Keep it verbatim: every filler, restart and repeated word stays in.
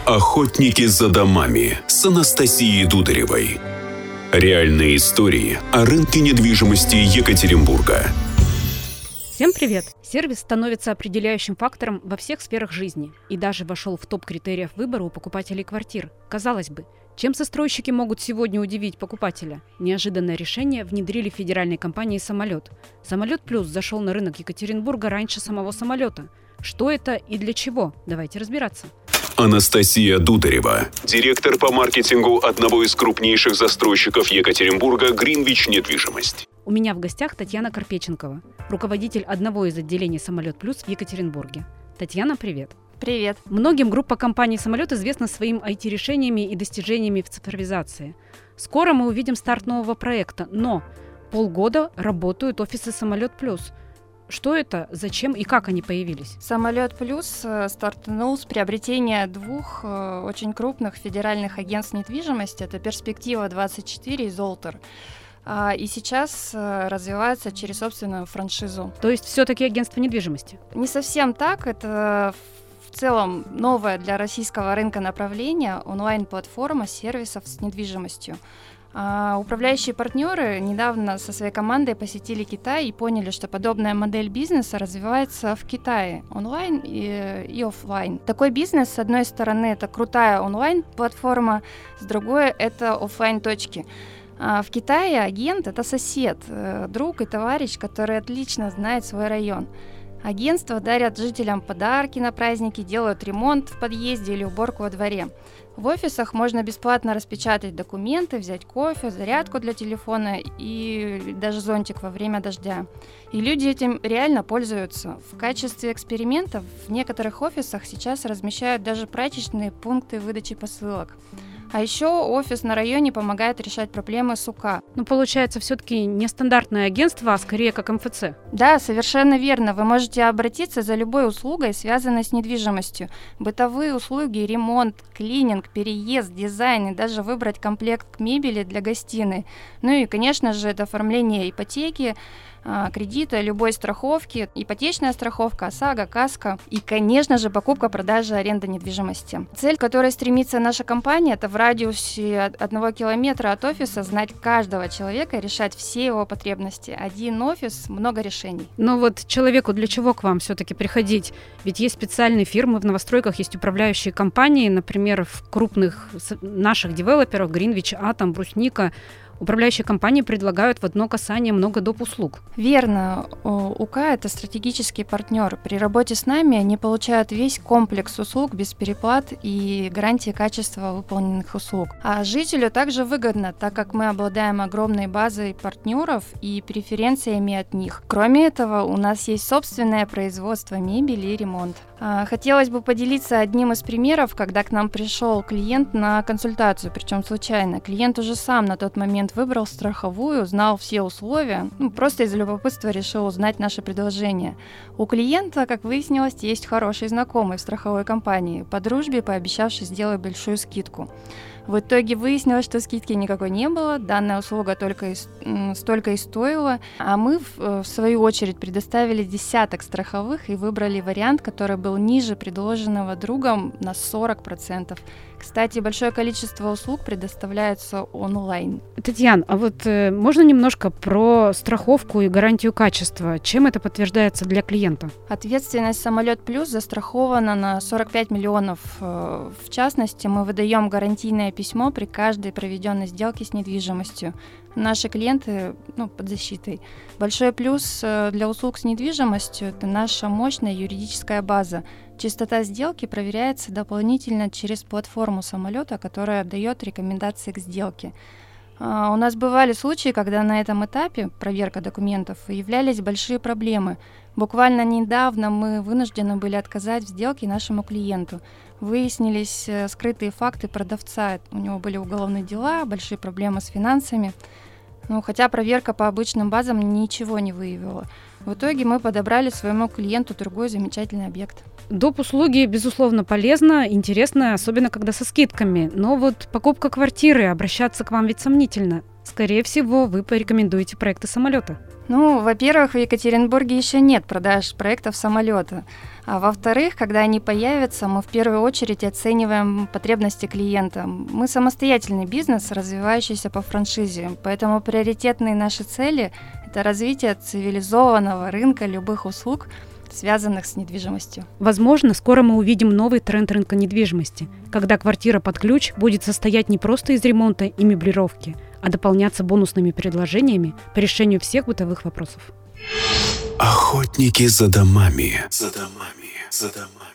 Охотники за домами с Анастасией Дударевой. Реальные истории о рынке недвижимости Екатеринбурга. Всем привет! Сервис становится определяющим фактором во всех сферах жизни и даже вошел в топ критериев выбора у покупателей квартир. Казалось бы, чем застройщики могут сегодня удивить покупателя? Неожиданное решение внедрили в федеральной компании «Самолет». «Самолет Плюс» зашел на рынок Екатеринбурга раньше самого самолета. Что это и для чего? Давайте разбираться. Анастасия Дударева, директор по маркетингу одного из крупнейших застройщиков Екатеринбурга «Гринвич Недвижимость». У меня в гостях Татьяна Карпеченкова, руководитель одного из отделений «Самолет Плюс» в Екатеринбурге. Татьяна, привет. Привет. Многим группа компаний «Самолет» известна своим ай ти-решениями и достижениями в цифровизации. Скоро мы увидим старт нового проекта, но полгода работают офисы «Самолет Плюс». Что это, зачем и как они появились? «Самолет Плюс» стартанул с приобретения двух очень крупных федеральных агентств недвижимости. Это «Перспектива двадцать четыре» и «Золтер». И сейчас развивается через собственную франшизу. То есть все-таки агентство недвижимости? Не совсем так. Это в целом новое для российского рынка направление, онлайн-платформа сервисов с недвижимостью. А управляющие партнеры недавно со своей командой посетили Китай и поняли, что подобная модель бизнеса развивается в Китае онлайн и, и офлайн. Такой бизнес, с одной стороны, это крутая онлайн-платформа, с другой — это офлайн-точки. А в Китае агент — это сосед, друг и товарищ, который отлично знает свой район. Агентства дарят жителям подарки на праздники, делают ремонт в подъезде или уборку во дворе. В офисах можно бесплатно распечатать документы, взять кофе, зарядку для телефона и даже зонтик во время дождя. И люди этим реально пользуются. В качестве экспериментов в некоторых офисах сейчас размещают даже прачечные пункты выдачи посылок. А еще офис на районе помогает решать проблемы с УК. Ну, получается, все-таки не стандартное агентство, а скорее как эм эф цэ. Да, совершенно верно. Вы можете обратиться за любой услугой, связанной с недвижимостью. Бытовые услуги, ремонт, клининг, переезд, дизайн и даже выбрать комплект мебели для гостиной. Ну и, конечно же, это оформление ипотеки, кредита, любой страховки, ипотечная страховка, ОСАГО, КАСКО и, конечно же, покупка, продажа, аренда недвижимости. Цель, к которой стремится наша компания, это в радиусе одного километра от офиса знать каждого человека и решать все его потребности. Один офис, много решений. Но вот человеку для чего к вам все-таки приходить? Ведь есть специальные фирмы, в новостройках есть управляющие компании, например, в крупных наших девелоперах, Гринвич, Атом, Брусника. Управляющие компании предлагают в одно касание много доп. Услуг. Верно. УК – это стратегический партнер. При работе с нами они получают весь комплекс услуг без переплат и гарантии качества выполненных услуг. А жителю также выгодно, так как мы обладаем огромной базой партнеров и преференциями от них. Кроме этого, у нас есть собственное производство мебели и ремонт. Хотелось бы поделиться одним из примеров, когда к нам пришел клиент на консультацию, причем случайно. Клиент уже сам на тот момент выбрал страховую, знал все условия, ну, просто из любопытства решил узнать наше предложение. У клиента, как выяснилось, есть хороший знакомый в страховой компании, по дружбе пообещавший сделать большую скидку. В итоге выяснилось, что скидки никакой не было, данная услуга только и, столько и стоила, а мы, в, в свою очередь, предоставили десяток страховых и выбрали вариант, который был ниже предложенного другом на сорок процентов. Кстати, большое количество услуг предоставляется онлайн. Татьяна, а вот э, можно немножко про страховку и гарантию качества? Чем это подтверждается для клиента? Ответственность «Самолет Плюс» застрахована на сорок пять миллионов. В частности, мы выдаем гарантийное письмо при каждой проведенной сделке с недвижимостью. Наши клиенты, ну, под защитой. Большой плюс для услуг с недвижимостью – это наша мощная юридическая база. Частота сделки проверяется дополнительно через платформу самолета, которая дает рекомендации к сделке. Uh, у нас бывали случаи, когда на этом этапе проверка документов являлись большие проблемы. Буквально недавно мы вынуждены были отказать в сделке нашему клиенту. Выяснились uh, скрытые факты продавца. У него были уголовные дела, большие проблемы с финансами. Ну, хотя проверка по обычным базам ничего не выявила. В итоге мы подобрали своему клиенту другой замечательный объект. Доп. Услуги, безусловно, полезно, интересно, особенно когда со скидками. Но вот покупка квартиры, обращаться к вам ведь сомнительно. Скорее всего, вы порекомендуете проекты самолета. Ну, во-первых, в Екатеринбурге еще нет продаж проектов самолета. А во-вторых, когда они появятся, мы в первую очередь оцениваем потребности клиента. Мы самостоятельный бизнес, развивающийся по франшизе, поэтому приоритетные наши цели – это развитие цивилизованного рынка любых услуг, связанных с недвижимостью. Возможно, скоро мы увидим новый тренд рынка недвижимости, когда квартира под ключ будет состоять не просто из ремонта и меблировки, а дополняться бонусными предложениями по решению всех бытовых вопросов. Охотники за домами. За домами. За домами.